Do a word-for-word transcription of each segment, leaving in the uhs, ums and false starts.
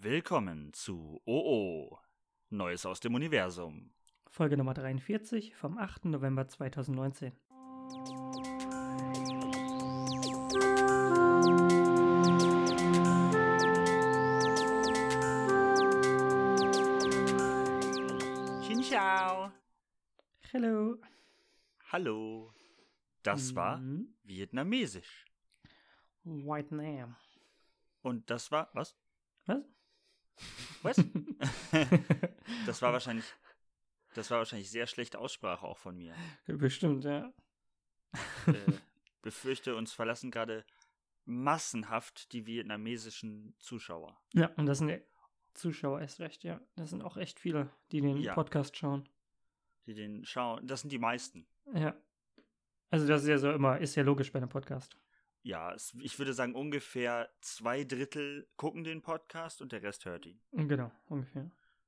Willkommen zu O O, Neues aus dem Universum. Folge Nummer dreiundvierzig vom achten November zweitausendneunzehn. Xin Chao. Hello. Hallo. Das war Mhm. vietnamesisch. Vietnam. Und das war, was? Was? Was? Das war wahrscheinlich, das war wahrscheinlich sehr schlechte Aussprache auch von mir. Bestimmt, ja. äh, befürchte, uns verlassen gerade massenhaft die vietnamesischen Zuschauer. Ja, und das sind ja Zuschauer erst recht, ja. Das sind auch echt viele, die den Ja. Podcast schauen. Die den schauen, das sind die meisten. Ja. Also das ist ja so immer, ist ja logisch bei einem Podcast. Ja, es, ich würde sagen, ungefähr zwei Drittel gucken den Podcast und der Rest hört ihn. Genau, ungefähr.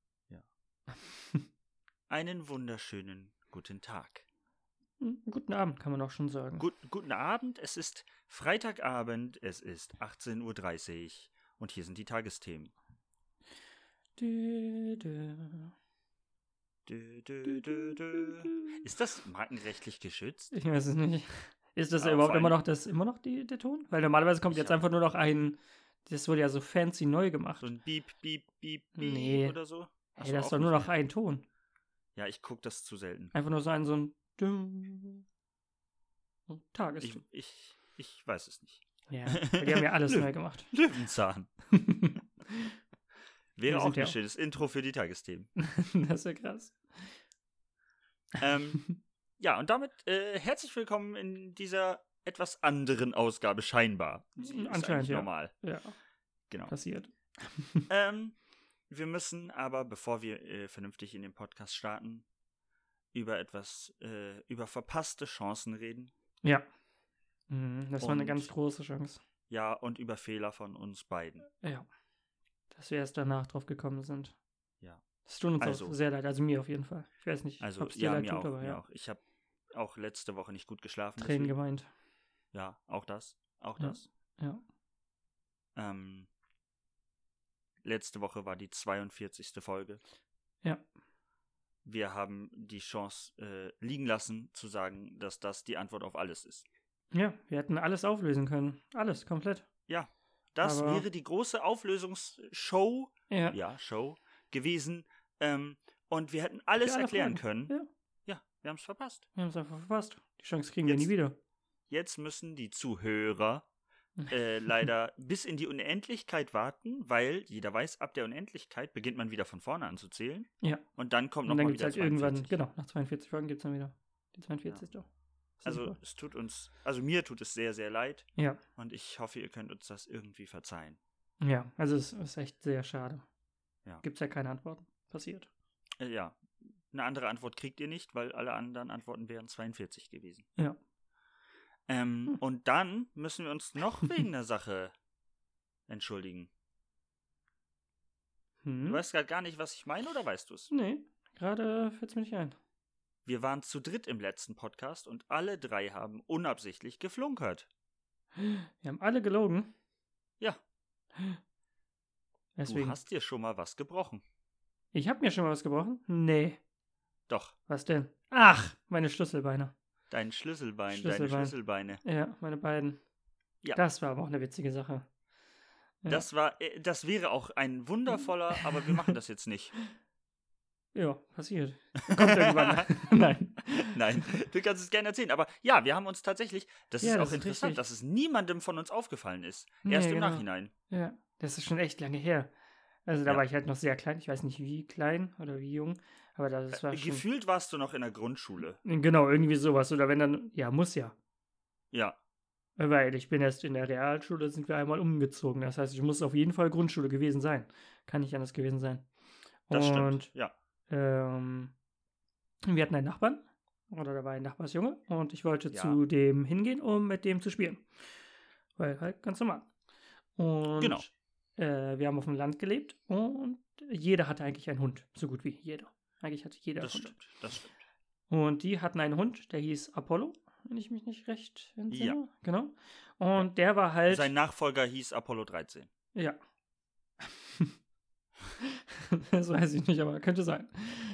Einen wunderschönen guten Tag. Guten Abend, kann man auch schon sagen. Gut, guten Abend, es ist Freitagabend, es ist achtzehn Uhr dreißig und hier sind die Tagesthemen. Dü, dü. Dö, dö, dö, dö. Ist das markenrechtlich geschützt? Ich weiß es nicht. Ist das Aber überhaupt vor immer allem- noch das immer noch die, der Ton? Weil normalerweise kommt Ich jetzt hab- einfach nur noch ein, das wurde ja so fancy neu gemacht. So ein Beep, Beep, Beep, Beep Nee. oder so? Ach Hey, so, das ist auch doch nur nicht noch mehr. ein Ton. Ja, ich gucke das zu selten. Einfach nur so ein, so ein Düm. So Tageston. Ich, ich, ich weiß es nicht. Ja, weil die haben ja alles Löw- neu gemacht. Löwenzahn. Wäre Wir auch sind ja ein schönes Intro für die Tagesthemen. Das ist ja krass. ähm, ja, und damit äh, herzlich willkommen in dieser etwas anderen Ausgabe, scheinbar. Sie ist Anscheinend, eigentlich ja. normal. Ja, Genau. passiert. ähm, wir müssen aber, bevor wir äh, vernünftig in den Podcast starten, über etwas, äh, über verpasste Chancen reden. Ja. Mhm, das war eine Und- ganz große Chance. Ja, und über Fehler von uns beiden. Ja. Dass wir erst danach drauf gekommen sind. Ja. Es tut uns Also- auch sehr leid, also mir auf jeden Fall. Ich weiß nicht, Also, ob es dir ja, leid mir tut, auch, aber mir ja. auch. Ich habe auch letzte Woche nicht gut geschlafen. Tränen deswegen- geweint. Ja, auch das. Auch Ja. das. Ja. Ähm, letzte Woche war die zweiundvierzigste Folge. Ja. Wir haben die Chance äh, liegen lassen, zu sagen, dass das die Antwort auf alles ist. Ja, wir hätten alles auflösen können. Alles, komplett. Ja, das Aber- wäre die große Auflösungsshow, Ja. ja, Show gewesen. Ähm, und wir hätten alles Für alle erklären Fragen. können. Ja, Ja, wir haben es verpasst. wir haben es einfach verpasst. Die Chance kriegen wir Jetzt- nie wieder. Jetzt müssen die Zuhörer äh, leider bis in die Unendlichkeit warten, weil jeder weiß, ab der Unendlichkeit beginnt man wieder von vorne an zu zählen. Ja. Und dann kommt Und dann nochmal gibt es wieder halt irgendwann, zweiundvierzig. genau, nach zweiundvierzig Folgen gibt es dann wieder die zweiundvierzigste. Also Super. es tut uns, also mir tut es sehr, sehr leid Ja, und ich hoffe, ihr könnt uns das irgendwie verzeihen. ja, also es ist echt sehr schade. Ja. Gibt es ja keine Antworten. Passiert. Äh, ja, eine andere Antwort kriegt ihr nicht, weil alle anderen Antworten wären zweiundvierzig gewesen. Ja. Ähm, Hm. Und dann müssen wir uns noch wegen der Sache entschuldigen. Hm? Du weißt gerade gar nicht, was ich meine, oder weißt du es? Nee, gerade fällt es mir nicht ein. Wir waren zu dritt im letzten Podcast und alle drei haben unabsichtlich geflunkert. Wir haben alle gelogen. Ja. Deswegen. Du hast dir schon mal was gebrochen. Ich habe mir schon mal was gebrochen? Nee. Doch, Was denn? Ach, meine Schlüsselbeine. dein Schlüsselbein, Schlüsselbein. deine Schlüsselbeine. Ja, meine beiden. Ja. Das war aber auch eine witzige Sache. Ja. Das war, äh, das wäre auch ein wundervoller, aber wir machen das jetzt nicht. Ja, passiert. Kommt irgendwann. Nein. Nein, du kannst es gerne erzählen. Aber ja, wir haben uns tatsächlich, das Ja, ist das auch ist interessant, richtig. dass es niemandem von uns aufgefallen ist. Nee, Erst im genau. Nachhinein. Ja, das ist schon echt lange her. Also da Ja. war ich halt noch sehr klein. Ich weiß nicht wie klein oder wie jung. Aber das war Äh, schon... Gefühlt warst du noch in der Grundschule. Genau, irgendwie sowas. Oder wenn dann... Ja, muss ja. Ja, Weil ich bin erst in der Realschule, sind wir einmal umgezogen. Das heißt, ich muss auf jeden Fall Grundschule gewesen sein. Kann nicht anders gewesen sein. das Und stimmt. Ja. ähm, wir hatten einen Nachbarn. Oder da war ein Nachbarsjunge. Und ich wollte Ja. zu dem hingehen, um mit dem zu spielen. Weil halt ganz normal. Und Genau. äh, wir haben auf dem Land gelebt. Und jeder hatte eigentlich einen Hund. So gut wie jeder. Eigentlich hatte jeder Das einen Hund. stimmt. Das stimmt. Und die hatten einen Hund, der hieß Apollo, wenn ich mich nicht recht entsinne. Ja. Genau. Und der war halt. Sein Nachfolger hieß Apollo dreizehn. Ja. Das weiß ich nicht, aber könnte sein.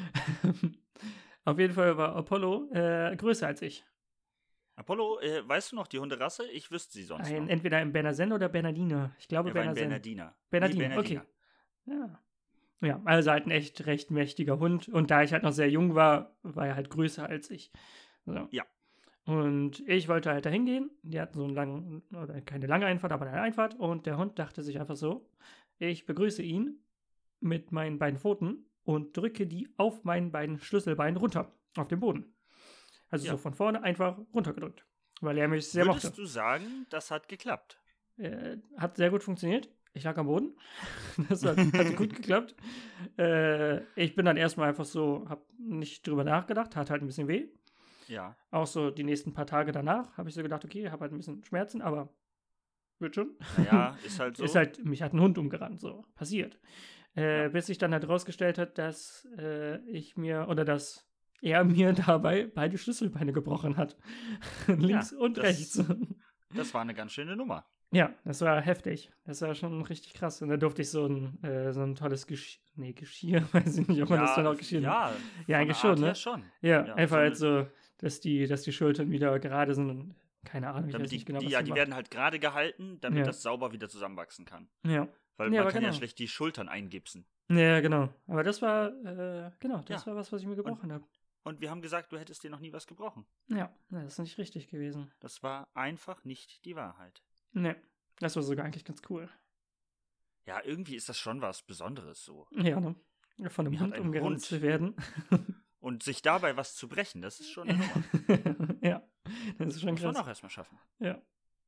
Auf jeden Fall war Apollo äh, größer als ich. Apollo, äh, weißt du noch die Hunderasse? Ich wüsste sie sonst Ein, noch. entweder ein Bernarsen oder Bernardiner. Ich glaube Er war ein Bernarsen. Bernardiner. Bernardiner, Nee, Bernardiner. okay. Ja. Ja, also halt ein echt recht mächtiger Hund. Und da ich halt noch sehr jung war, war er halt größer als ich. So. Ja. Und ich wollte halt da hingehen. Die hatten so einen langen, oder keine lange Einfahrt, aber eine Einfahrt. Und der Hund dachte sich einfach so, ich begrüße ihn mit meinen beiden Pfoten und drücke die auf meinen beiden Schlüsselbeinen runter, auf den Boden. Also Ja. so von vorne einfach runtergedrückt, weil er mich sehr Würdest mochte. du sagen, das hat geklappt? Äh, hat sehr gut funktioniert. Ich lag am Boden. Das hat, hat gut geklappt. Äh, ich bin dann erstmal einfach so, hab nicht drüber nachgedacht, hat halt ein bisschen weh. Ja. Auch so die nächsten paar Tage danach habe ich so gedacht, okay, habe halt ein bisschen Schmerzen, aber wird schon. Naja, ist halt so. Ist halt, mich hat ein Hund umgerannt, so, passiert. Äh, Ja. Bis sich dann halt rausgestellt hat, dass äh, ich mir, oder dass er mir dabei beide Schlüsselbeine gebrochen hat. Links Ja, und das- rechts. Das war eine ganz schöne Nummer. Ja, das war heftig. Das war schon richtig krass. Und da durfte ich so ein, äh, so ein tolles Geschirr, nee, Geschirr, weiß ich nicht, ob man das dann auch Geschirr nennt. ja, Ja, von eigentlich der Art schon, ne? her schon. Ja, Ja, einfach so halt so, dass die, dass die Schultern wieder gerade sind und keine Ahnung, ich Damit weiß die, nicht genau, die, was ja, die die macht. werden halt gerade gehalten, damit Ja. das sauber wieder zusammenwachsen kann. Ja. Weil Ja, man aber kann ja genau. schlecht die Schultern eingipsen. Ja, genau. Aber das war, äh, genau, das Ja. war was, was ich mir gebrochen habe. Und wir haben gesagt, du hättest dir noch nie was gebrochen. Ja, das ist nicht richtig gewesen. Das war einfach nicht die Wahrheit. Nee, das war sogar eigentlich ganz cool. Ja, irgendwie ist das schon was Besonderes so. Ja, ne? Von einem Mir hat Hund ein umgerannt Hund- zu werden. Und sich dabei was zu brechen, das ist schon eine Nummer. Ja, das ist schon Muss man krass. auch erstmal schaffen. Ja.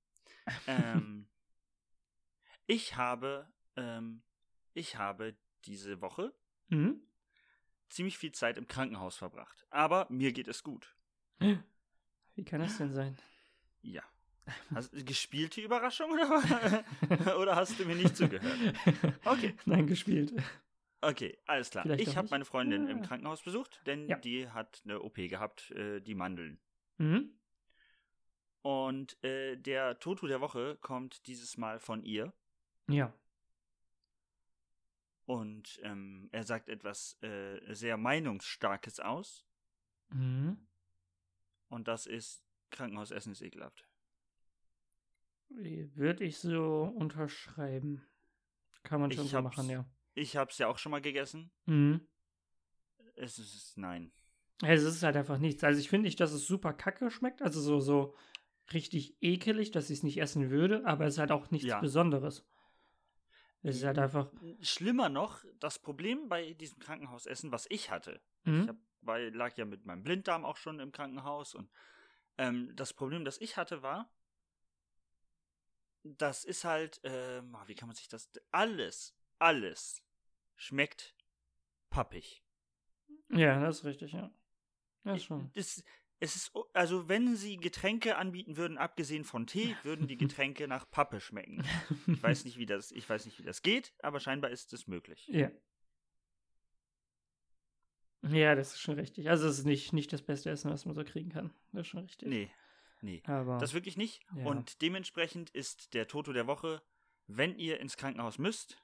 ähm, ich habe, ähm, ich habe diese Woche Mhm. ziemlich viel Zeit im Krankenhaus verbracht. Aber mir geht es gut. Wie kann das denn sein? Ja. Hast, gespielte Überraschung oder, oder hast du mir nicht zugehört? Okay. Nein, gespielt. Okay, alles klar. Vielleicht ich auch habe nicht. meine Freundin Ja. im Krankenhaus besucht, denn Ja. die hat eine O P gehabt, äh, die Mandeln. Mhm. Und äh, der Toto der Woche kommt dieses Mal von ihr. Ja. Und ähm, er sagt etwas äh, sehr Meinungsstarkes aus. Mhm. Und das ist, Krankenhausessen ist ekelhaft. Würde ich so unterschreiben. Kann man schon Ich so hab's- machen, ja. Ich habe es ja auch schon mal gegessen. Mhm. Es ist, nein. Es ist halt einfach nichts. Also ich finde nicht, dass es super kacke schmeckt. Also so, so richtig ekelig, dass ich es nicht essen würde, aber es ist halt auch nichts Ja. Besonderes. Es ist halt einfach. Schlimmer noch, das Problem bei diesem Krankenhausessen, was ich hatte. Mhm. Ich hab, weil, lag ja mit meinem Blinddarm auch schon im Krankenhaus. Und ähm, das Problem, das ich hatte, war, das ist halt, ähm, wie kann man sich das, alles, alles schmeckt pappig. Ja, das ist richtig, ja. Das schon. Es, es ist, also wenn sie Getränke anbieten würden, abgesehen von Tee, würden die Getränke nach Pappe schmecken. Ich weiß nicht, wie das, ich weiß nicht, wie das geht, aber scheinbar ist es möglich. Ja. Ja, das ist schon richtig. Also es ist nicht, nicht das beste Essen, was man so kriegen kann. Das ist schon richtig. Nee, nee. Aber. Das wirklich nicht. Ja. Und dementsprechend ist der Toto der Woche, wenn ihr ins Krankenhaus müsst,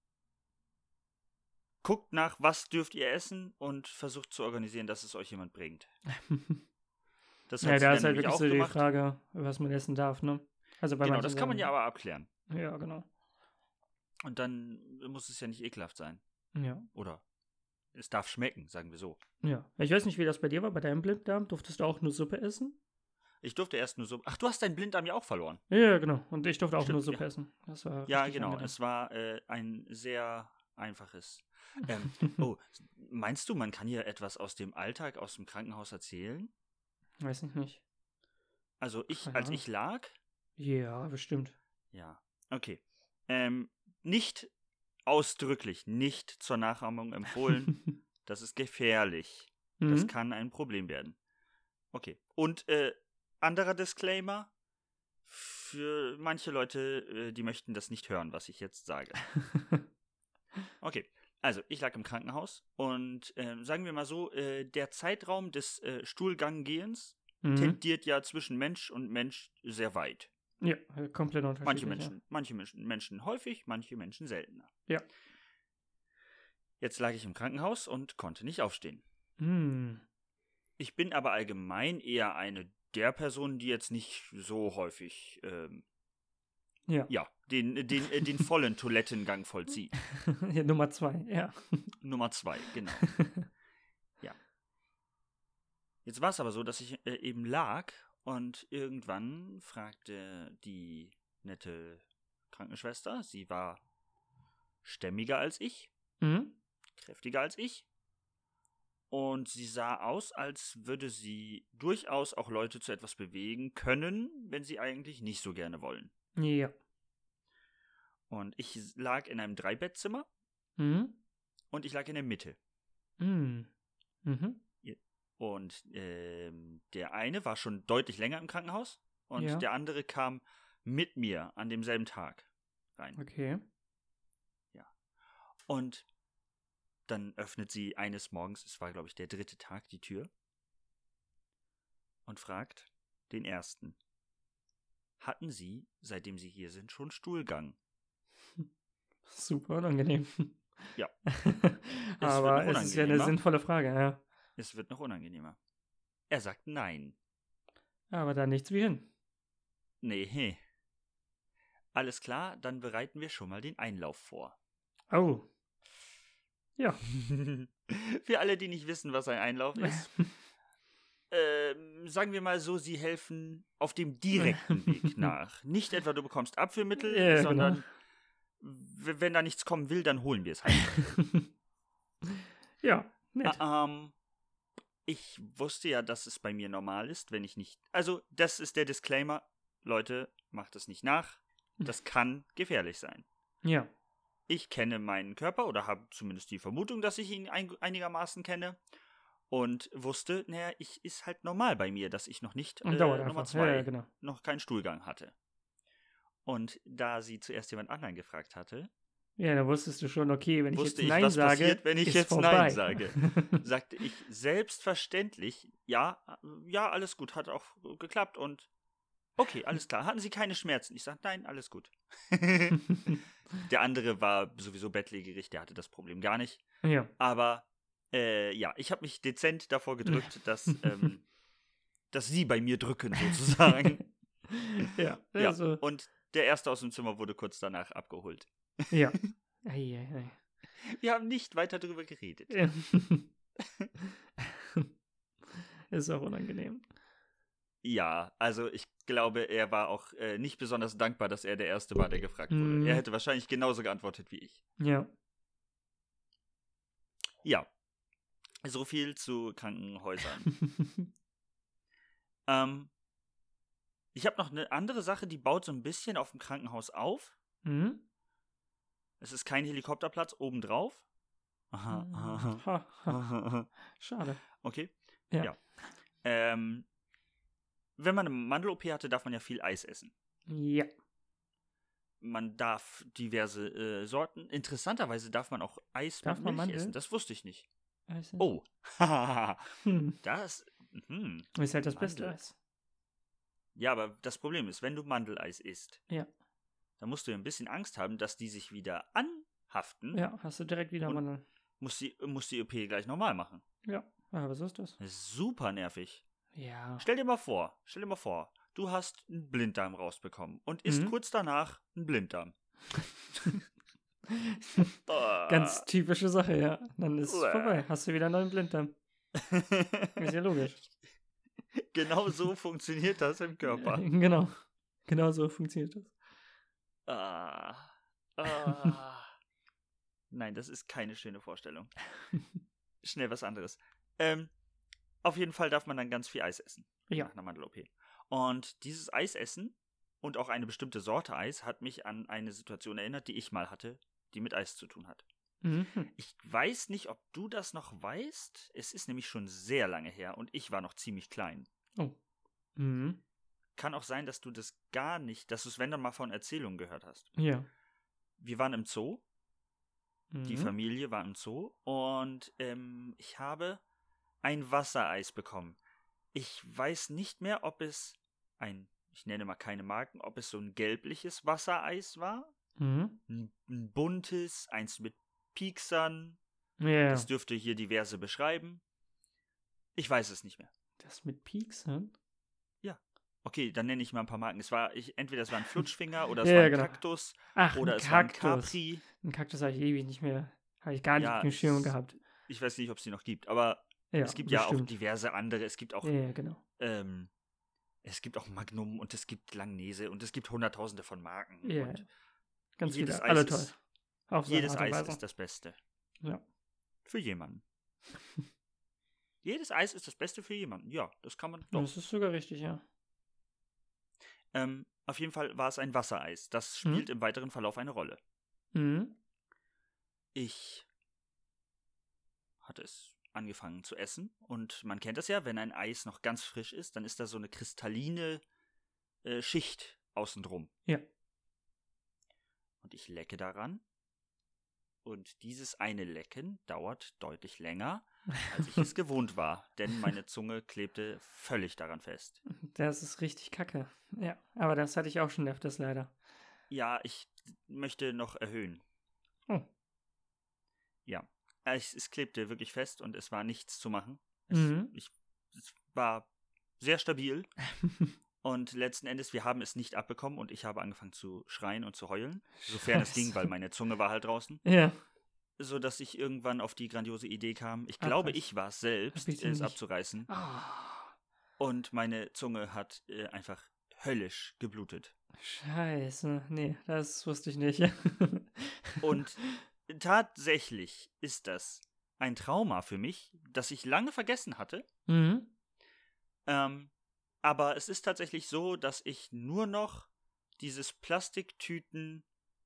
guckt nach, was dürft ihr essen und versucht zu organisieren, dass es euch jemand bringt. Das ja, hat sie da dann ist halt nämlich wirklich auch so die gemacht. Frage, was man essen darf, ne? Also bei Genau, manchen das kann man ja Sachen- aber abklären. Ja, genau. Und dann muss es ja nicht ekelhaft sein. Ja. Oder es darf schmecken, sagen wir so. Ja. Ich weiß nicht, wie das bei dir war, bei deinem Blinddarm. Durftest du auch nur Suppe essen? Ich durfte erst nur so. Ach, du hast deinen Blinddarm ja auch verloren. Ja, genau. Und ich durfte auch Stimmt, nur Suppe ja. essen. Das war Ja, richtig genau. angenehm. Es war äh, ein sehr einfaches. Ähm, oh, meinst du, man kann hier etwas aus dem Alltag, aus dem Krankenhaus erzählen? Weiß ich nicht. Also ich, Keine als Ahnung. ich lag, Ja, bestimmt. ja, okay. Ähm, nicht ausdrücklich, nicht zur Nachahmung empfohlen. Das ist gefährlich. Das Mhm. kann ein Problem werden. Okay. Und äh, anderer Disclaimer. Für manche Leute, äh, die möchten das nicht hören, was ich jetzt sage. Okay. Also, ich lag im Krankenhaus und äh, sagen wir mal so, äh, der Zeitraum des äh, Stuhlganggehens Mhm. tendiert ja zwischen Mensch und Mensch sehr weit. Ja, komplett unterschiedlich. Manche Menschen, manche Menschen, Menschen häufig, manche Menschen seltener. Ja. Jetzt lag ich im Krankenhaus und konnte nicht aufstehen. Hm. Ich bin aber allgemein eher eine der Personen, die jetzt nicht so häufig ähm, Ja. ja, den, den, äh, den vollen Toilettengang vollzieht. Ja, Nummer zwei, ja. Nummer zwei, genau. Ja. Jetzt war es aber so, dass ich äh, eben lag und irgendwann fragte die nette Krankenschwester, sie war stämmiger als ich, Mhm. kräftiger als ich, und sie sah aus, als würde sie durchaus auch Leute zu etwas bewegen können, wenn sie eigentlich nicht so gerne wollen. Ja. Und ich lag in einem Dreibettzimmer Mhm. und ich lag in der Mitte. Mhm. Mhm. Und ähm, der eine war schon deutlich länger im Krankenhaus und Ja. der andere kam mit mir an demselben Tag rein. Okay. Und dann öffnet sie eines Morgens, es war glaube ich der dritte Tag, die Tür und fragt den ersten: Hatten Sie, seitdem Sie hier sind, schon Stuhlgang? Super unangenehm. Ja. Aber noch es ist ja eine unangenehmer. sinnvolle Frage, ja. Es wird noch unangenehmer. Er sagt nein. Aber da nichts wie hin. Nee, hey. Alles klar, dann bereiten wir schon mal den Einlauf vor. Oh. Ja. Für alle, die nicht wissen, was ein Einlauf ist, ähm, sagen wir mal so, sie helfen auf dem direkten Weg nach. Nicht etwa, du bekommst Abführmittel, Ja, sondern genau. w- wenn da nichts kommen will, dann holen wir es halt. Ja, nett. Ah, ähm, ich wusste ja, dass es bei mir normal ist, wenn ich nicht... Also, das ist der Disclaimer. Leute, macht es nicht nach. Das kann gefährlich sein. Ja. Ich kenne meinen Körper oder habe zumindest die Vermutung, dass ich ihn ein, einigermaßen kenne und wusste, naja, ich ist halt normal bei mir, dass ich noch nicht Und äh, dauert Nummer einfach. zwei Ja, ja, genau. noch keinen Stuhlgang hatte. Und da sie zuerst jemand anderen gefragt hatte, Ja, da wusstest du schon, okay, wenn ich wusste jetzt ich, Nein was sage, passiert, wenn ich ist jetzt vorbei. Nein sage. Sagte ich selbstverständlich, ja, ja, alles gut, hat auch geklappt und okay, alles klar. Hatten Sie keine Schmerzen? Ich sagte, nein, alles gut. Der andere war sowieso bettlägerig, der hatte das Problem gar nicht. Ja. Aber äh, ja, ich habe mich dezent davor gedrückt, dass, ähm, dass sie bei mir drücken, sozusagen. Ja, Ja, also, und der Erste aus dem Zimmer wurde kurz danach abgeholt. ja. Ei, ei, ei. Wir haben nicht weiter darüber geredet. Ja. Ist auch unangenehm. Ja, also ich glaube, er war auch äh, nicht besonders dankbar, dass er der Erste war, der gefragt wurde. Mhm. Er hätte wahrscheinlich genauso geantwortet wie ich. Ja. Ja, so viel zu Krankenhäusern. ähm, ich habe noch eine andere Sache, die baut so ein bisschen auf dem Krankenhaus auf. Mhm. Es ist kein Helikopterplatz obendrauf. Aha, aha. Ha, ha. aha. Schade. Okay. Ja. Ja. Ähm, wenn man eine Mandel-O P hatte, darf man ja viel Eis essen. Ja. Man darf diverse äh, Sorten. Interessanterweise darf man auch Eis Darf mit man Milch Mandel? essen. Das wusste ich nicht. Eis ist- Oh. Hm. das. Hm. Ist halt das beste Mandel. Eis. Ja, aber das Problem ist, wenn du Mandeleis isst, Ja. dann musst du ein bisschen Angst haben, dass die sich wieder anhaften. Ja, hast du direkt wieder Und- Mandeln. Muss die, muss die O P gleich normal machen. Ja. Aber was ist das? Das ist super nervig. Ja. Stell dir mal vor, stell dir mal vor, du hast einen Blinddarm rausbekommen und isst Mhm. kurz danach einen Blinddarm. Ganz typische Sache, ja. Dann ist es Uah. vorbei. Hast du wieder einen neuen Blinddarm. Ist ja logisch. Genau so funktioniert das im Körper. Genau. Genau so funktioniert das. Ah. Ah. Nein, das ist keine schöne Vorstellung. Schnell was anderes. Ähm, auf jeden Fall darf man dann ganz viel Eis essen. Ja. Nach einer Mandel-O P. Und dieses Eisessen und auch eine bestimmte Sorte Eis hat mich an eine Situation erinnert, die ich mal hatte, die mit Eis zu tun hat. Mhm. Ich weiß nicht, ob du das noch weißt. Es ist nämlich schon sehr lange her und ich war noch ziemlich klein. Oh. Mhm. Kann auch sein, dass du das gar nicht, dass du es, wenn dann mal von Erzählungen gehört hast. Ja. Wir waren im Zoo. Die Mhm. Familie war im Zoo und ähm, ich habe ein Wassereis bekommen. Ich weiß nicht mehr, ob es ein, ich nenne mal keine Marken, ob es so ein gelbliches Wassereis war, Mhm. ein, ein buntes, eins mit Pieksern Ja. Das dürfte hier diverse beschreiben. Ich weiß es nicht mehr. Das mit Pieksen? Okay, dann nenne ich mal ein paar Marken. Es war, ich, entweder es war ein Flutschfinger oder es Ja, war ein genau. Kaktus Ach, oder ein es war ein Kaktus. Capri. Ein Kaktus habe ich ewig nicht mehr, habe ich gar nicht Ja, auf dem Schirm es- gehabt. Ich weiß nicht, ob es die noch gibt, aber Ja, es gibt ja auch bestimmt. diverse andere. Es gibt auch, Ja, ja, genau. ähm, es gibt auch Magnum und es gibt Langnese und es gibt hunderttausende von Marken. Ja, Und ganz jedes viele. Eis Alle ist- toll. Auf seine jedes Art und Eis Weise. ist das Beste. Ja. Für jemanden. Jedes Eis ist das Beste für jemanden. Ja, das kann man doch. Das ist sogar richtig, ja. Ähm, auf jeden Fall war es ein Wassereis. Das spielt im weiteren Verlauf eine Rolle. Mhm. Ich hatte es angefangen zu essen und man kennt das ja, wenn ein Eis noch ganz frisch ist, dann ist da so eine kristalline äh, Schicht außen drum. Ja. Und ich lecke daran und dieses eine Lecken dauert deutlich länger, als ich es gewohnt war, denn meine Zunge klebte völlig daran fest. Das ist richtig kacke. Ja, aber das hatte ich auch schon öfters leider. Ja, ich möchte noch erhöhen. Oh. Ja, es, es klebte wirklich fest und es war nichts zu machen. Es, Mhm. ich, es war sehr stabil und letzten Endes, wir haben es nicht abbekommen und ich habe angefangen zu schreien und zu heulen, sofern es ging, Scheiße. weil meine Zunge war halt draußen, Ja. sodass ich irgendwann auf die grandiose Idee kam, ich glaube, Abreißen. ich war es selbst, Bitte es nicht. abzureißen Ah, und meine Zunge hat äh, einfach höllisch geblutet. Scheiße. Nee, das wusste ich nicht. Und tatsächlich ist das ein Trauma für mich, das ich lange vergessen hatte. mhm. Ähm, aber es ist tatsächlich so, dass ich nur noch dieses Plastiktüten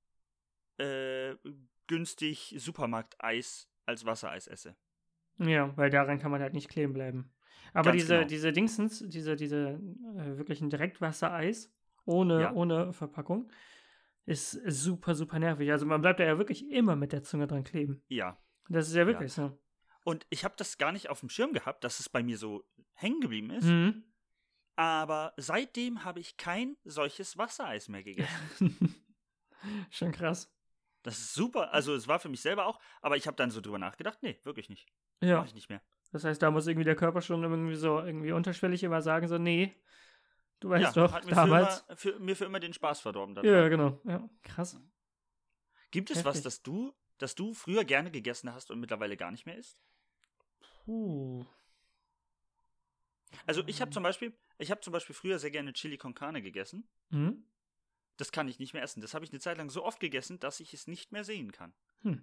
äh, günstig Supermarkteis als Wassereis esse. Ja, weil daran kann man halt nicht kleben bleiben. Aber Ganz diese, genau. diese Dingsens, diese, diese äh, wirklichen Direktwassereis ohne, Ja. ohne Verpackung ist super, super nervig. Also man bleibt da ja wirklich immer mit der Zunge dran kleben. Ja. Das ist ja wirklich so. Und ich habe das gar nicht auf dem Schirm gehabt, dass es bei mir so hängen geblieben ist. Mhm. Aber seitdem habe ich kein solches Wassereis mehr gegessen. Schon krass. Das ist super. Also es war für mich selber auch, aber ich habe dann so drüber nachgedacht, nee, wirklich nicht. Ja. Mach ich nicht mehr. Das heißt, da muss irgendwie der Körper schon irgendwie so irgendwie unterschwellig immer sagen, so, nee, du weißt ja, doch, hat mir damals. Für immer, für, mir für immer den Spaß verdorben. daran. Ja, genau. Ja, krass. Gibt es was, Heftig. das du, das du früher gerne gegessen hast und mittlerweile gar nicht mehr isst? Puh. Also ich habe zum Beispiel, ich habe zum Beispiel früher sehr gerne Chili con Carne gegessen. Hm? Das kann ich nicht mehr essen. Das habe ich eine Zeit lang so oft gegessen, dass ich es nicht mehr sehen kann. Hm.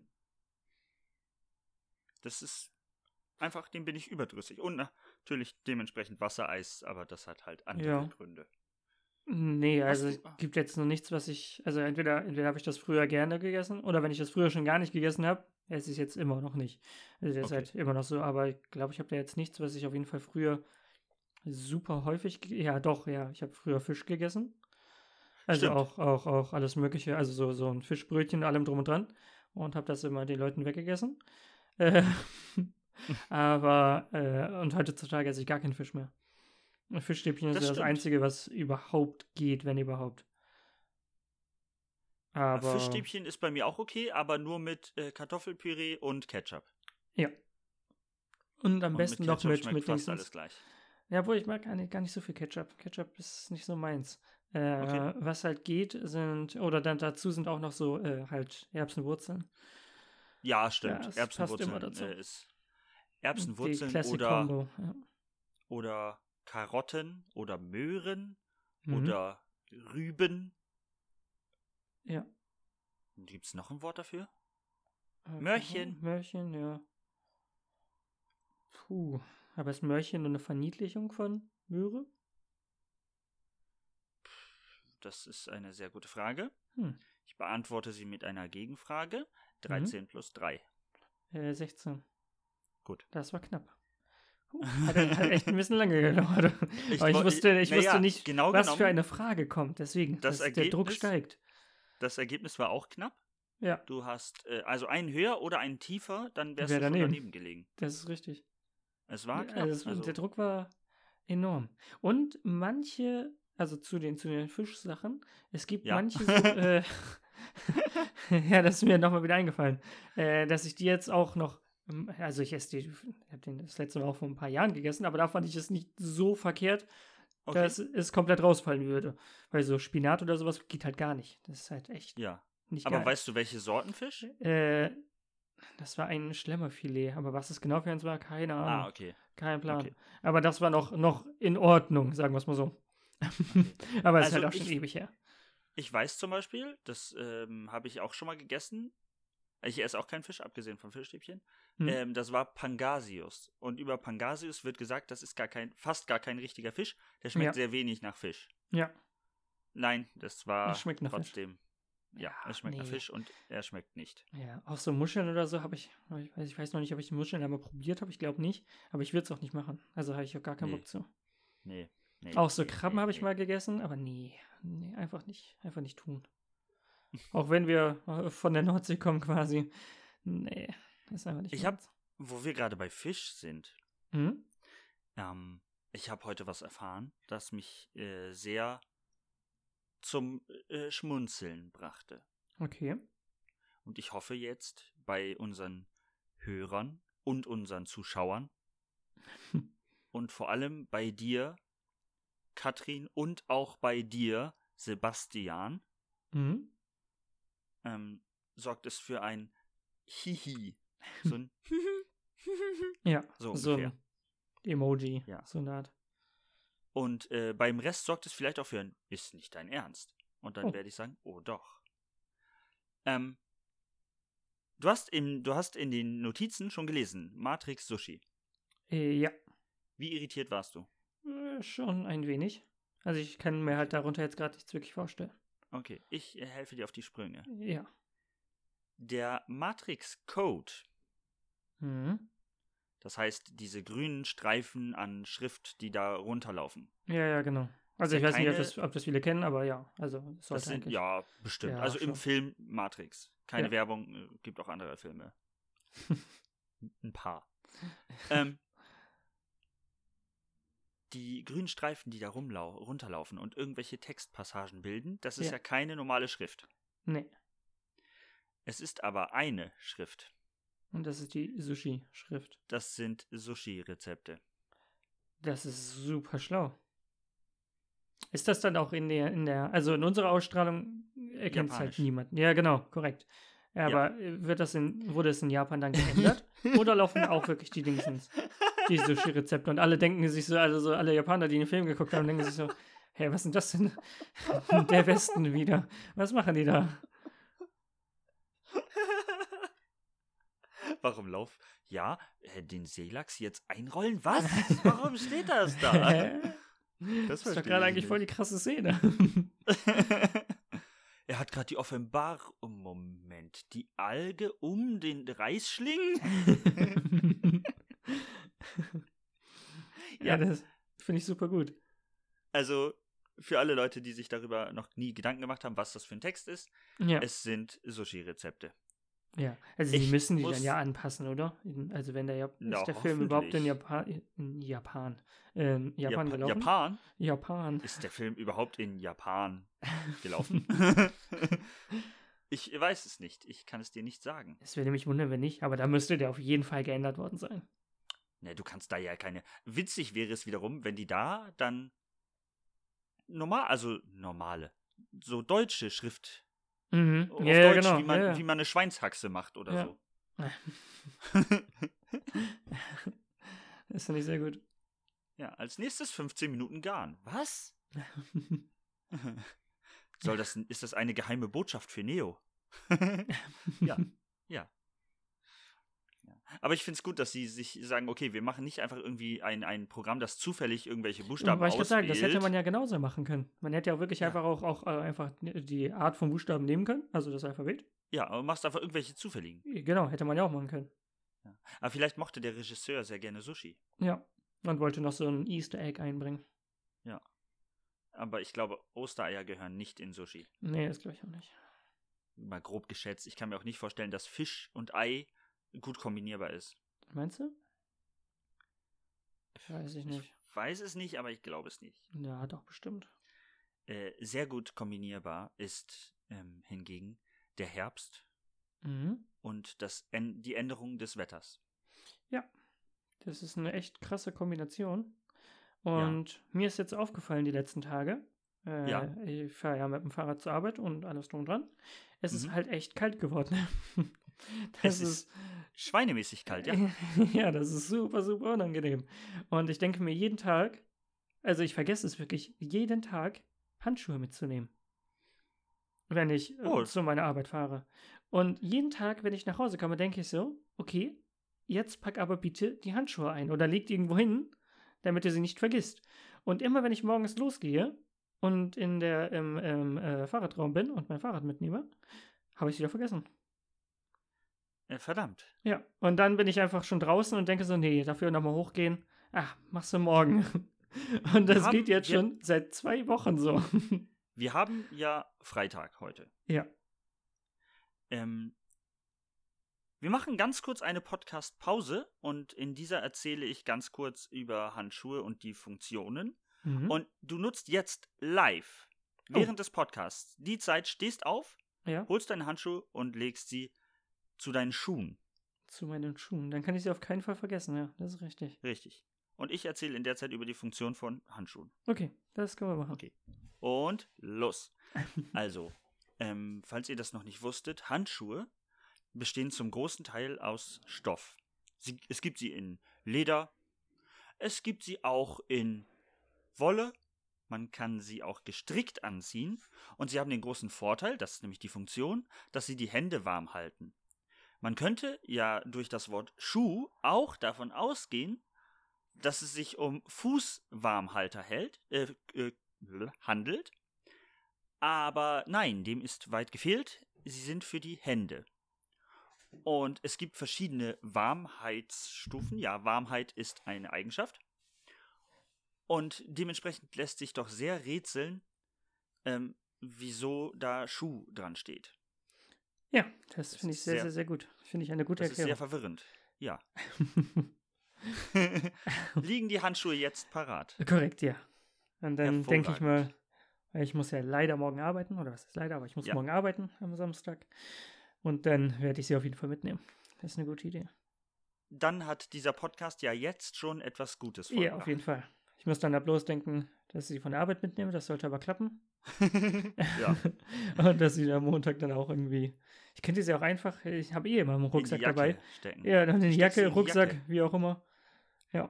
Das ist einfach, dem bin ich überdrüssig. Und natürlich dementsprechend Wassereis, aber das hat halt andere Ja. Gründe. Nee, Hast also du- es gibt jetzt noch nichts, was ich, also entweder, entweder habe ich das früher gerne gegessen oder wenn ich das früher schon gar nicht gegessen habe, esse ich es jetzt immer noch nicht. Also das ist Okay. halt immer noch so, aber ich glaube, ich habe da jetzt nichts, was ich auf jeden Fall früher super häufig, ge- ja doch, ja, ich habe früher Fisch gegessen. Also Stimmt. auch, auch, auch alles mögliche, also so, so ein Fischbrötchen, allem drum und dran und habe das immer den Leuten weggegessen. Äh, aber, äh, und heutzutage esse ich gar keinen Fisch mehr. Fischstäbchen ist Das ja das stimmt. Einzige, was überhaupt geht, wenn überhaupt. Aber Fischstäbchen ist bei mir auch okay, aber nur mit äh, Kartoffelpüree und Ketchup. ja. Und am Und besten mit noch Ketchup mit, schmeckt mit fast Dingsens. alles gleich. Ja, obwohl ich mag gar nicht, gar nicht so viel Ketchup. Ketchup ist nicht so meins. Äh, Okay. Was halt geht, sind, oder dann dazu sind auch noch so äh, halt Erbsenwurzeln. Ja, stimmt. Ja, es passt immer Erbsenwurzeln dazu. äh, ist Die Erbsenwurzeln Classic oder, Combo. Ja. oder Karotten oder Möhren Mhm. oder Rüben. Ja. Gibt es noch ein Wort dafür? Äh, Möhrchen. Möhrchen, ja. Puh. Aber ist Möhrchen nur eine Verniedlichung von Möhre? Das ist eine sehr gute Frage. Hm. Ich beantworte sie mit einer Gegenfrage. dreizehn plus drei. Äh, sechzehn. Gut. Das war knapp. Huh, hat, hat echt ein bisschen lange gedauert. Ich Aber ich woll- wusste, ich naja, wusste nicht, genau was genommen, für eine Frage kommt. Deswegen, Das dass der Druck Ergebnis- steigt. Das Ergebnis war auch knapp. Ja, Du hast äh, also einen höher oder einen tiefer, dann wärst Wär du schon daneben. daneben gelegen. das ist richtig. Es war knapp. Also, es- also, Der Druck war enorm. Und manche, also zu den, zu den Fischsachen, es gibt Ja. manche so, äh, ja, das ist mir nochmal wieder eingefallen, äh, dass ich die jetzt auch noch Also ich esse die, ich habe den das letzte Mal auch vor ein paar Jahren gegessen, aber da fand ich es nicht so verkehrt, Okay. dass es komplett rausfallen würde. Weil so Spinat oder sowas geht halt gar nicht. Das ist halt echt Ja. nicht Aber geil. weißt du, welche Sorten Fisch? Äh, das war ein Schlemmerfilet, aber was es genau für eins war, keine Ahnung. Ah, okay. Kein Plan. Okay. Aber das war noch, noch in Ordnung, sagen wir es mal so. Aber es ist Also halt auch schon ich- ewig her. Ich weiß zum Beispiel, das ähm, habe ich auch schon mal gegessen. Ich esse auch keinen Fisch, abgesehen vom Fischstäbchen. Hm. Ähm, das war Pangasius. Und über Pangasius wird gesagt, das ist gar kein, fast gar kein richtiger Fisch. Der schmeckt Ja. sehr wenig nach Fisch. Ja. Nein, das war Es schmeckt nach Fisch. trotzdem. Ja, Ja, es schmeckt nach nee. Fisch und er schmeckt nicht. Ja, auch so Muscheln oder so habe ich, hab ich, weiß, ich weiß noch nicht, ob ich Muscheln einmal probiert habe, ich glaube nicht, aber ich würde es auch nicht machen. Also habe ich auch gar keinen Nee. Bock zu. Nee. nee Auch so nee, Krabben nee, habe ich nee. mal gegessen, aber nee, nee, einfach nicht, einfach nicht tun. Auch wenn wir äh, von der Nordsee kommen quasi. Nee, das ist einfach nicht Ich meins. hab, wo wir gerade bei Fisch sind, Hm? ähm, ich habe heute was erfahren, das mich äh, sehr zum äh, Schmunzeln brachte. Okay. Und ich hoffe jetzt bei unseren Hörern und unseren Zuschauern Hm. und vor allem bei dir, Katrin, und auch bei dir, Sebastian, Hm? ähm, sorgt es für ein Hihi. So ein Ja, So so ungefähr. ein Emoji, Ja. so eine Art. Und äh, beim Rest sorgt es vielleicht auch für ein Ist nicht dein Ernst. Und dann Oh. werde ich sagen, oh doch. Ähm, du hast, im, du hast in den Notizen schon gelesen, Matrix Sushi. Äh, ja, Wie irritiert warst du? äh, schon ein wenig. Also ich kann mir halt darunter jetzt gerade nichts wirklich vorstellen. Okay, ich äh, helfe dir auf die Sprünge. Ja. Der Matrix-Code, Mhm. das heißt diese grünen Streifen an Schrift, die da runterlaufen. Ja, ja, genau. Also ja ich weiß nicht, ob keine- das, ob das viele kennen, aber ja, also es Das sollte sind, eigentlich. ja, bestimmt. Ja, also im schon. Film Matrix. Keine Ja. Werbung, äh, gibt auch andere Filme. Ein paar. ähm, die grünen Streifen, die da rumlau runterlaufen und irgendwelche Textpassagen bilden, das ist Ja. ja keine normale Schrift. Nee. Es ist aber eine Schrift. Und das ist die Sushi-Schrift. Das sind Sushi-Rezepte. Das ist super schlau. Ist das dann auch in der, in der, also in unserer Ausstrahlung erkennt es halt Japanisch. niemand. Ja, genau, korrekt. Aber äh, wird das in, wurde es in Japan dann geändert? Oder laufen auch wirklich die Dingsens, die Sushi-Rezepte? Und alle denken sich so, also so alle Japaner, die den Film geguckt haben, denken sich so, hey, was ist denn das denn? Der Westen wieder. Was machen die da? Warum lauf? Ja, äh, den Seelachs jetzt einrollen? Was? Warum steht das da? Hä? Das ist doch verstehe gerade ich eigentlich voll die nicht. krasse Szene. Er hat gerade die Offenbarung. Oh, Moment, die Alge um den Reisschlingen? Ja, das finde ich super gut. Also, für alle Leute, die sich darüber noch nie Gedanken gemacht haben, was das für ein Text ist, Ja, es sind Sushi-Rezepte. ja. Also Ich die müssen die muss- dann ja anpassen, oder? In- Also wenn der Jap Na, ist der Film überhaupt in hoffentlich. Japan, in Japan, ähm, Japan Jap- gelaufen? Japan? Japan. Ist der Film überhaupt in Japan gelaufen? Ich weiß es nicht. Ich kann es dir nicht sagen. Es würde mich wundern, wenn nicht, aber da müsste der auf jeden Fall geändert worden sein. Ne, du kannst da ja keine. Witzig wäre es wiederum, wenn die da dann normal, also normale, so deutsche Schrift Mhm. auf Ja, ja, Deutsch, genau. wie, man, ja, ja. wie man eine Schweinshaxe macht oder Ja. so. Das finde ich sehr gut. Ja, als nächstes fünfzehn Minuten Garn. Was? Soll das, ist das eine geheime Botschaft für Neo? Ja, ja. Ja. Aber ich finde es gut, dass sie sich sagen, okay, wir machen nicht einfach irgendwie ein, ein Programm, das zufällig irgendwelche Buchstaben Aber ich würde sagen, auswählt. das hätte man ja genauso machen können. Man hätte ja wirklich Ja. einfach auch, auch äh, einfach die Art von Buchstaben nehmen können, also das Alphabet. Ja, aber machst einfach irgendwelche zufälligen. Genau, hätte man ja auch machen können. Ja. Aber vielleicht mochte der Regisseur sehr gerne Sushi. Ja. Und wollte noch so ein Easter Egg einbringen. Aber ich glaube, Ostereier gehören nicht in Sushi. Nee, das glaube ich auch nicht. Mal grob geschätzt. Ich kann mir auch nicht vorstellen, dass Fisch und Ei gut kombinierbar ist. Meinst du? Weiß ich nicht. Ich weiß es nicht, aber ich glaube es nicht. Ja, doch, bestimmt. Äh, sehr gut kombinierbar ist ähm, hingegen der Herbst Mhm. und das, En- die Änderung des Wetters. Ja, das ist eine echt krasse Kombination. Und ja. mir ist jetzt aufgefallen die letzten Tage, äh, ja. ich fahre ja mit dem Fahrrad zur Arbeit und alles drum und dran, es mhm. ist halt echt kalt geworden. Das es ist, ist schweinemäßig kalt, ja. Ja, das ist super, super unangenehm. Und ich denke mir jeden Tag, also ich vergesse es wirklich, jeden Tag Handschuhe mitzunehmen, wenn ich oh. äh, zu meiner Arbeit fahre. Und jeden Tag, wenn ich nach Hause komme, denke ich so, okay, jetzt pack aber bitte die Handschuhe ein oder leg die irgendwo hin, damit du sie nicht vergisst. Und immer, wenn ich morgens losgehe und in der, im, im äh, Fahrradraum bin und mein Fahrrad mitnehme, habe ich es wieder vergessen. Ja, verdammt. Ja, und dann bin ich einfach schon draußen und denke so, nee, dafür nochmal hochgehen. Ach, machst du morgen. Und das haben, geht jetzt wir, schon seit zwei Wochen so. Wir haben ja Freitag heute. Ja. Ähm, wir machen ganz kurz eine Podcast-Pause und in dieser erzähle ich ganz kurz über Handschuhe und die Funktionen. Mhm. Und du nutzt jetzt live, während oh. des Podcasts, die Zeit, stehst auf, ja. holst deine Handschuhe und legst sie zu deinen Schuhen. Zu meinen Schuhen. Dann kann ich sie auf keinen Fall vergessen, ja, das ist richtig. Richtig. Und ich erzähle in der Zeit über die Funktion von Handschuhen. Okay, das können wir machen. Okay. Und los. Also, ähm, falls ihr das noch nicht wusstet, Handschuhe bestehen zum großen Teil aus Stoff. Sie, es gibt sie in Leder, es gibt sie auch in Wolle, man kann sie auch gestrickt anziehen und sie haben den großen Vorteil, das ist nämlich die Funktion, dass sie die Hände warm halten. Man könnte ja durch das Wort Schuh auch davon ausgehen, dass es sich um Fußwarmhalter hält, äh, äh, handelt, aber nein, dem ist weit gefehlt, sie sind für die Hände. Und es gibt verschiedene Warmheitsstufen. Ja, Warmheit ist eine Eigenschaft. Und dementsprechend lässt sich doch sehr rätseln, ähm, wieso da Schuh dran steht. Ja, das, das finde ich sehr, sehr, sehr, sehr gut. Finde ich eine gute das Erklärung. Das ist sehr verwirrend. Ja. Liegen die Handschuhe jetzt parat? Korrekt, ja. Und dann denke ich mal, weil ich muss ja leider morgen arbeiten, oder was ist leider, aber ich muss ja. morgen arbeiten am Samstag. Und dann werde ich sie auf jeden Fall mitnehmen. Das ist eine gute Idee. Dann hat dieser Podcast ja jetzt schon etwas Gutes vorgebracht. Ja, auf jeden Fall. Ich muss dann da bloß denken, dass ich sie von der Arbeit mitnehme. Das sollte aber klappen. Ja. Und dass sie am Montag dann auch irgendwie... Ich könnte sie auch einfach... Ich habe eh immer einen Rucksack dabei. Stecken. Ja, dann in die Jacke, in die Rucksack, Jacke. wie auch immer. Ja.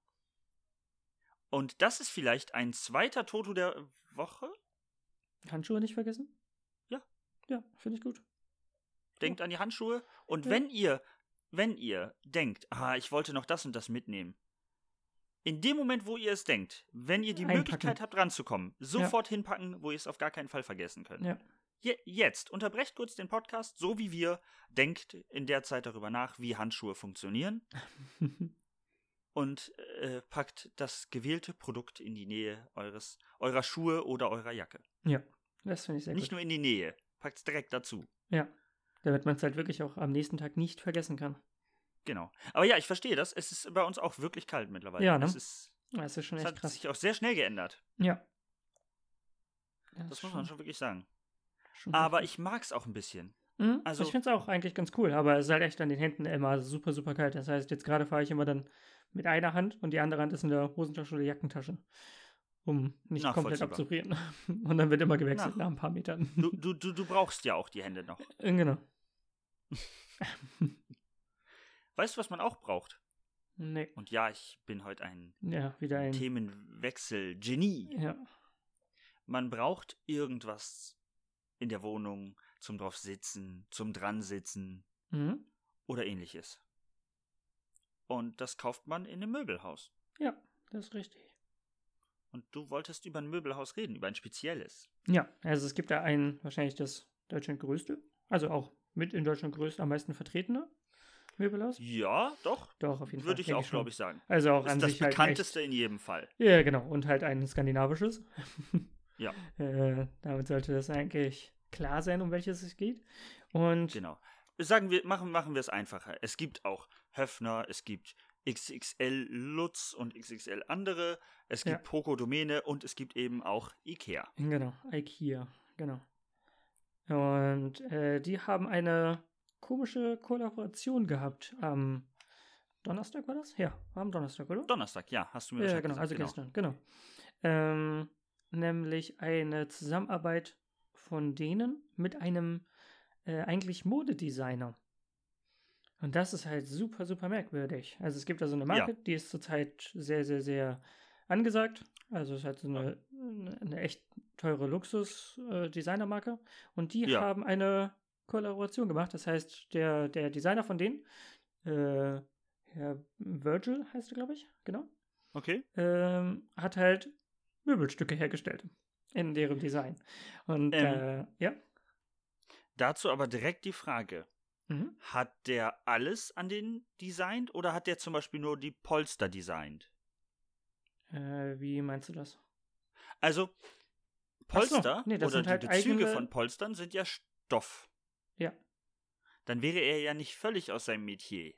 Und das ist vielleicht ein zweiter Toto der Woche? Handschuhe nicht vergessen? Ja. Ja, finde ich gut. Denkt an die Handschuhe und ja. wenn ihr, wenn ihr denkt, ah, ich wollte noch das und das mitnehmen, in dem Moment, wo ihr es denkt, wenn ihr die Einpacken. Möglichkeit habt, ranzukommen, sofort ja. hinpacken, wo ihr es auf gar keinen Fall vergessen könnt. Ja. Je- jetzt, unterbrecht kurz den Podcast, so wie wir, denkt in der Zeit darüber nach, wie Handschuhe funktionieren und äh, packt das gewählte Produkt in die Nähe eures, eurer Schuhe oder eurer Jacke. Ja, das finde ich sehr Nicht gut. nur in die Nähe, packt es direkt dazu. Ja. Damit man es halt wirklich auch am nächsten Tag nicht vergessen kann. Genau. Aber ja, ich verstehe das. Es ist bei uns auch wirklich kalt mittlerweile. Ja, ne? Es ist, das ist schon es echt hat krass. sich auch sehr schnell geändert. Ja. Das, das muss man schon wirklich sagen. Schon aber heftig. ich mag es auch ein bisschen. Mhm, also, ich finde es auch eigentlich ganz cool, aber es ist halt echt an den Händen immer super, super kalt. Das heißt, jetzt gerade fahre ich immer dann mit einer Hand und die andere Hand ist in der Hosentasche oder Jackentasche, um nicht komplett abzufrieren. Und dann wird immer gewechselt nach, nach ein paar Metern. Du, du, du, du brauchst ja auch die Hände noch. Genau. Weißt du, was man auch braucht? Nee. Und ja, ich bin heute ein, ja, wieder ein Themenwechsel-Genie. Ja. Man braucht irgendwas in der Wohnung zum drauf sitzen, zum dran sitzen mhm. oder ähnliches. Und das kauft man in einem Möbelhaus. Ja, das ist richtig. Und du wolltest über ein Möbelhaus reden, über ein spezielles. Ja, also es gibt da ein, wahrscheinlich das Deutschland größte, also auch mit in Deutschland größte, am meisten vertretene Möbelhaus. Ja, doch. Doch, auf jeden Fall. Würde ich auch, glaube ich, sagen. Also auch das an ist sich das bekannteste halt in jedem Fall. Ja, genau. Und halt ein skandinavisches. Ja. äh, damit sollte das eigentlich klar sein, um welches es geht. Und genau. Sagen wir, machen, machen wir es einfacher. Es gibt auch Höffner, es gibt X X L Lutz und X X L andere, es gibt ja. Poco Domäne und es gibt eben auch Ikea. Genau, Ikea, genau. Und äh, die haben eine komische Kollaboration gehabt am Donnerstag war das? Ja, war am Donnerstag, oder? Donnerstag, ja, hast du mir Ja, Bescheid genau, gesagt. also gestern, genau. Ähm, nämlich eine Zusammenarbeit von denen mit einem äh, eigentlich Modedesigner. Und das ist halt super, super merkwürdig. Also es gibt da so eine Marke, Ja. die ist zurzeit sehr, sehr, sehr angesagt. Also es ist halt so eine, eine echt teure Luxus-Designermarke. Und die Ja. haben eine Kollaboration gemacht. Das heißt, der, der Designer von denen, äh, Herr Virgil heißt er, glaube ich, genau, Okay. ähm, hat halt Möbelstücke hergestellt in deren Design. Und Ähm, äh, ja. Dazu aber direkt die Frage. Mhm. Hat der alles an denen designt oder hat der zum Beispiel nur die Polster designt? Äh, wie meinst du das? Also, Ach so, Polster nee, das oder sind die halt Bezüge eigene- von Polstern sind ja Stoff. Ja. Dann wäre er ja nicht völlig aus seinem Metier.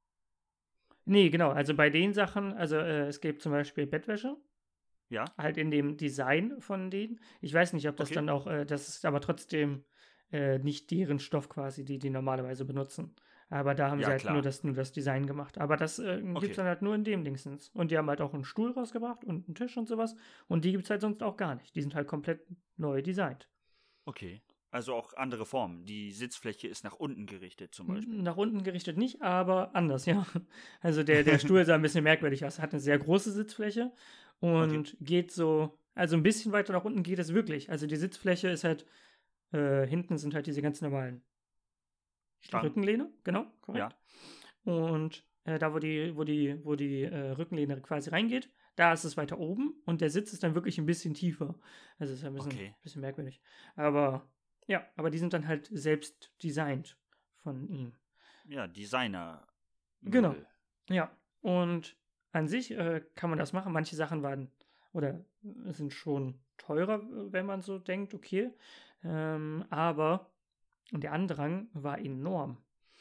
Nee, genau. Also bei den Sachen, also äh, es gibt zum Beispiel Bettwäsche, Ja? halt in dem Design von denen. Ich weiß nicht, ob das Okay. dann auch, äh, das ist aber trotzdem äh, nicht deren Stoff quasi, die die normalerweise benutzen. Aber da haben Ja, sie halt klar. nur das, nur das Design gemacht. Aber das äh, gibt Okay. es dann halt nur in dem Dingsens. Und die haben halt auch einen Stuhl rausgebracht und einen Tisch und sowas. Und die gibt es halt sonst auch gar nicht. Die sind halt komplett neu designt. Okay. Also auch andere Formen. Die Sitzfläche ist nach unten gerichtet zum Beispiel. Nach unten gerichtet nicht, aber anders, ja. Also der, der Stuhl sah ein bisschen merkwürdig aus. Hat eine sehr große Sitzfläche und geht so, also ein bisschen weiter nach unten geht es wirklich. Also die Sitzfläche ist halt, äh, hinten sind halt diese ganz normalen Stangen. Rückenlehne, genau, korrekt. Ja. Und äh, da, wo die, wo die, wo die äh, Rückenlehne quasi reingeht, da ist es weiter oben und der Sitz ist dann wirklich ein bisschen tiefer. Also ist ein bisschen, Okay. bisschen merkwürdig. Aber ja, aber die sind dann halt selbst designt von ihm. Ja, Designer. Genau. Möbel. Ja, und an sich äh, kann man das machen. Manche Sachen waren oder sind schon teurer, wenn man so denkt, okay. Ähm, aber der Andrang war enorm.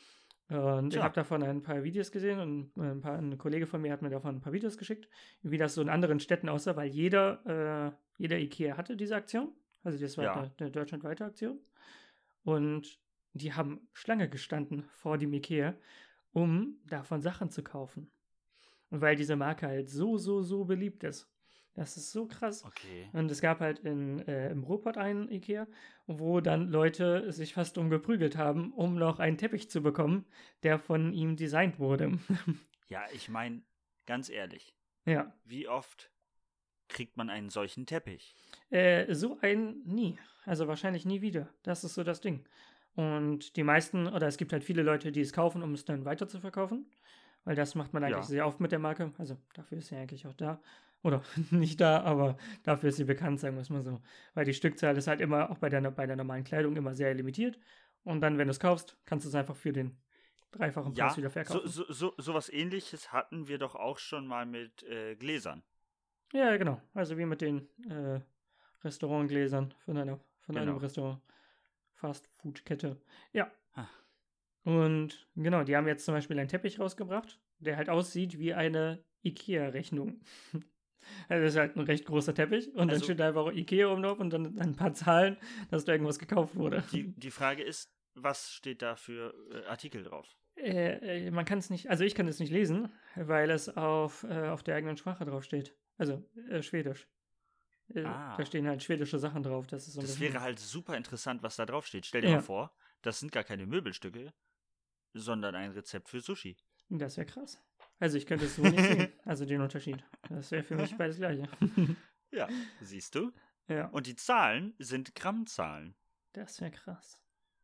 Und ich Tja. habe davon ein paar Videos gesehen und ein, paar, ein Kollege von mir hat mir davon ein paar Videos geschickt, wie das so in anderen Städten aussah, weil jeder, äh, jeder Ikea hatte diese Aktion. Also das war Ja. eine, eine deutschlandweite Aktion. Und die haben Schlange gestanden vor dem Ikea, um davon Sachen zu kaufen. Und weil diese Marke halt so, so, so beliebt ist. Das ist so krass. Okay. Und es gab halt in, äh, im Ruhrpott einen Ikea, wo dann Leute sich fast umgeprügelt haben, um noch einen Teppich zu bekommen, der von ihm designt wurde. Ja, ich meine, ganz ehrlich, Ja. wie oft kriegt man einen solchen Teppich? Äh, so einen nie. Also wahrscheinlich nie wieder. Das ist so das Ding. Und die meisten, oder es gibt halt viele Leute, die es kaufen, um es dann weiter zu verkaufen. Weil das macht man eigentlich Ja. sehr oft mit der Marke. Also dafür ist sie eigentlich auch da. Oder nicht da, aber dafür ist sie bekannt, sagen wir es mal so. Weil die Stückzahl ist halt immer, auch bei der, bei der normalen Kleidung, immer sehr limitiert. Und dann, wenn du es kaufst, kannst du es einfach für den dreifachen Preis Ja, wieder so, verkaufen. so, so, so was Ähnliches hatten wir doch auch schon mal mit äh, Gläsern. Ja, genau. Also wie mit den äh, Restaurantgläsern von, einer, von einem Genau. Restaurant. Fast-Food-Kette. Ja. Ha. Und genau, die haben jetzt zum Beispiel einen Teppich rausgebracht, der halt aussieht wie eine Ikea-Rechnung. Also das ist halt ein recht großer Teppich und dann Also- steht da einfach Ikea oben drauf und dann ein paar Zahlen, dass da irgendwas gekauft wurde. Die, die Frage ist, was steht da für äh, Artikel drauf? Äh, äh, man kann es nicht, also ich kann es nicht lesen, weil es auf, äh, auf der eigenen Sprache drauf steht. Also äh, Schwedisch. Äh, Ah. Da stehen halt schwedische Sachen drauf. Das ist so ein Das bisschen- wäre halt super interessant, was da drauf steht. Stell dir Ja. mal vor, das sind gar keine Möbelstücke, sondern ein Rezept für Sushi. Das wäre krass. Also ich könnte es so nicht sehen. Also den Unterschied. Das wäre für mich beides gleiche. Ja, siehst du? Ja, Und die Zahlen sind Grammzahlen. das wäre krass.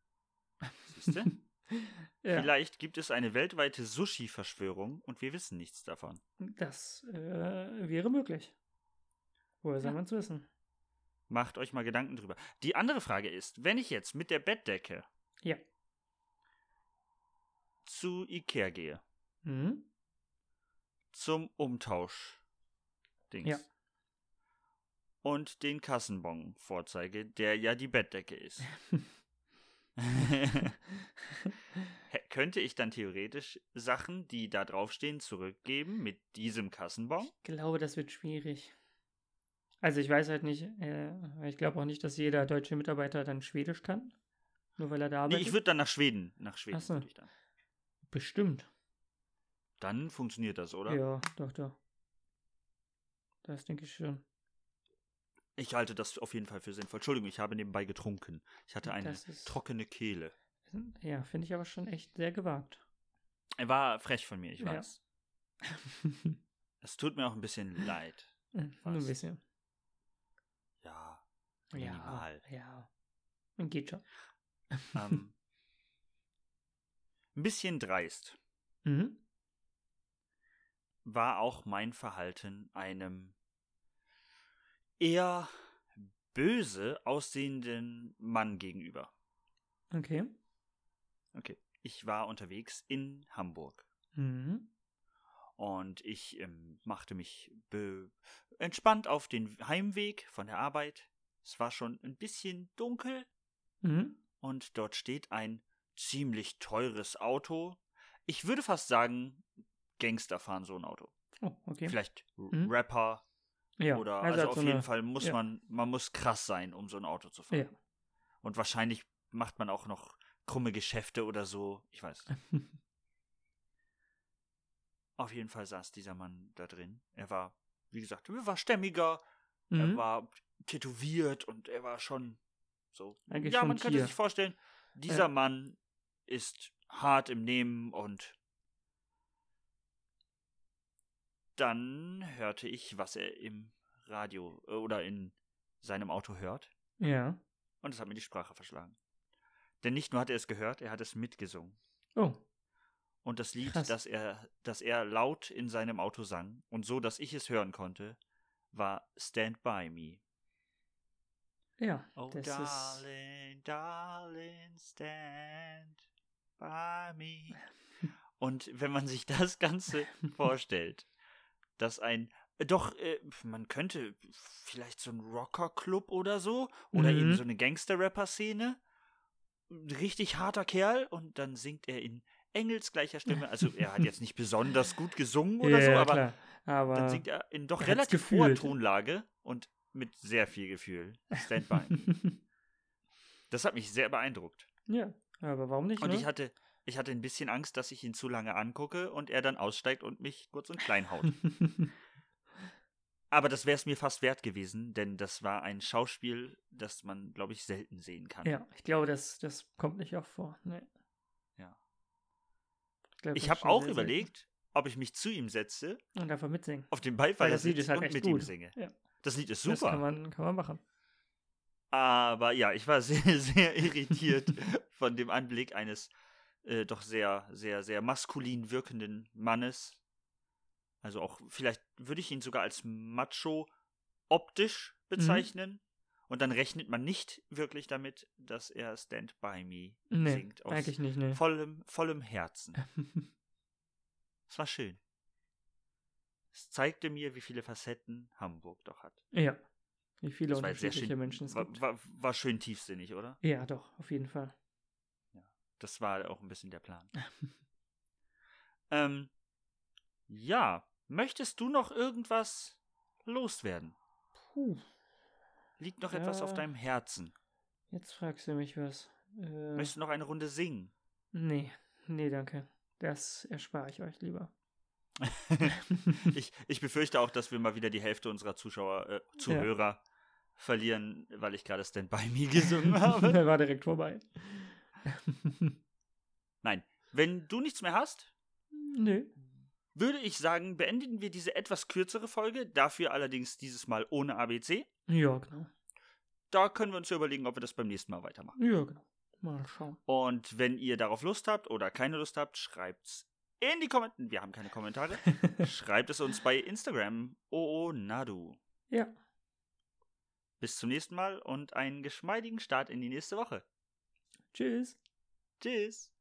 Siehst du? Ja, Vielleicht gibt es eine weltweite Sushi-Verschwörung und wir wissen nichts davon. das äh, wäre möglich. Woher soll Ja. man es wissen? Macht euch mal Gedanken drüber. Die andere Frage ist, wenn ich jetzt mit der Bettdecke Ja. zu Ikea gehe, Mhm. zum Umtausch-Dings, Ja. und den Kassenbon vorzeige, der ja die Bettdecke ist, Hä- könnte ich dann theoretisch Sachen, die da draufstehen, zurückgeben mit diesem Kassenbon? Ich glaube, das wird schwierig. Also ich weiß halt nicht, äh, ich glaube auch nicht, dass jeder deutsche Mitarbeiter dann Schwedisch kann. Nur weil er da Nee, arbeitet. ich würde dann nach Schweden. Nach Schweden Ach so. würde ich dann. Bestimmt. Dann funktioniert das, oder? Ja, doch, doch. Das denke ich schon. Ich halte das auf jeden Fall für sinnvoll. Entschuldigung, ich habe nebenbei getrunken. Ich hatte eine ist, trockene Kehle. Ja, finde ich aber schon echt sehr gewagt. Er war frech von mir, ich Ja. weiß. Es tut mir auch ein bisschen leid. Nur ein bisschen. Ja, minimal. Ja, ja. Geht schon. ähm, ein bisschen dreist Mhm. war auch mein Verhalten einem eher böse aussehenden Mann gegenüber. Okay. Okay. Ich war unterwegs in Hamburg. Mhm. Und ich ähm, machte mich be- entspannt auf den Heimweg von der Arbeit. Es war schon ein bisschen dunkel. Mhm. Und dort steht ein ziemlich teures Auto. Ich würde fast sagen, Gangster fahren so ein Auto. Oh, okay. Vielleicht Mhm. Rapper. Ja, Oder also also hat auf so jeden eine- Fall muss ja. man, man muss krass sein, um so ein Auto zu fahren. Ja. Und wahrscheinlich macht man auch noch krumme Geschäfte oder so. Ich weiß nicht. Auf jeden Fall saß dieser Mann da drin. Er war, wie gesagt, er war stämmiger, er Mhm. war tätowiert und er war schon so. Eigentlich ja, schon man könnte Tier. sich vorstellen, dieser Ja. Mann ist hart im Nehmen und dann hörte ich, was er im Radio äh, oder in seinem Auto hört. Ja. Und es hat mir die Sprache verschlagen. Denn nicht nur hat er es gehört, er hat es mitgesungen. Oh. Und das Lied, Krass. das er, das er laut in seinem Auto sang und so, dass ich es hören konnte, war Stand By Me. Ja. Oh, das ist. darling, darling, stand by me. Und wenn man sich das Ganze vorstellt, dass ein, äh, doch, äh, man könnte vielleicht so ein Rocker-Club oder so, oder Mhm. eben so eine Gangster-Rapper-Szene, ein richtig harter Kerl, und dann singt er in engelsgleicher Stimme, also er hat jetzt nicht besonders gut gesungen oder ja, so, ja, aber klar. Aber dann singt er in doch er hat's relativ hoher gefühlt. Tonlage und mit sehr viel Gefühl. Stand by me. Das hat mich sehr beeindruckt. Ja, aber warum nicht? Und ne? ich hatte, ich hatte ein bisschen Angst, dass ich ihn zu lange angucke und er dann aussteigt und mich kurz und klein haut. Aber das wäre es mir fast wert gewesen, denn das war ein Schauspiel, das man, glaube ich, selten sehen kann. Ja, ich glaube, das, das kommt nicht oft vor. Nee. Ja. Ich, glaub, das Ich ist habe schon auch sehr überlegt, ob ich mich zu ihm setze, selten. Und einfach mitsingen. auf den Weil das Lied Beifahrersitz ist halt und echt mit gut. ihm singe. Ja. Das Lied ist Das super. kann man, kann man machen. Aber ja, ich war sehr, sehr irritiert von dem Anblick eines äh, doch sehr, sehr, sehr maskulin wirkenden Mannes. Also auch, vielleicht würde ich ihn sogar als macho optisch bezeichnen. Und dann rechnet man nicht wirklich damit, dass er Stand By Me Nee, singt. Aus eigentlich nicht, nee. vollem, vollem Herzen. Es war schön. Es zeigte mir, wie viele Facetten Hamburg doch hat. Ja. Wie viele Das war jetzt sehr unterschiedliche schön, Menschen es war, gibt. war, war schön tiefsinnig, oder? Ja, doch, auf jeden Fall. Das war auch ein bisschen der Plan. ähm, ja, möchtest du noch irgendwas loswerden? Puh, Liegt noch Ja. etwas auf deinem Herzen? jetzt fragst du mich was. Äh, Möchtest du noch eine Runde singen? nee, nee, danke. Das erspare ich euch lieber. ich, ich befürchte auch, dass wir mal wieder die Hälfte unserer Zuschauer, äh, Zuhörer verlieren, weil ich gerade Stand By Me gesungen habe. Der war direkt vorbei. Nein, wenn du nichts mehr hast, Nö. würde ich sagen, beenden wir diese etwas kürzere Folge, dafür allerdings dieses Mal ohne A B C. Ja, genau. Da können wir uns ja überlegen, ob wir das beim nächsten Mal weitermachen. Ja, genau. Mal schauen. Und wenn ihr darauf Lust habt oder keine Lust habt, schreibt's in die Kommentare. Wir haben keine Kommentare. Schreibt es uns bei Instagram. Oonadu. Ja. Bis zum nächsten Mal und einen geschmeidigen Start in die nächste Woche. Tschüss. Tschüss.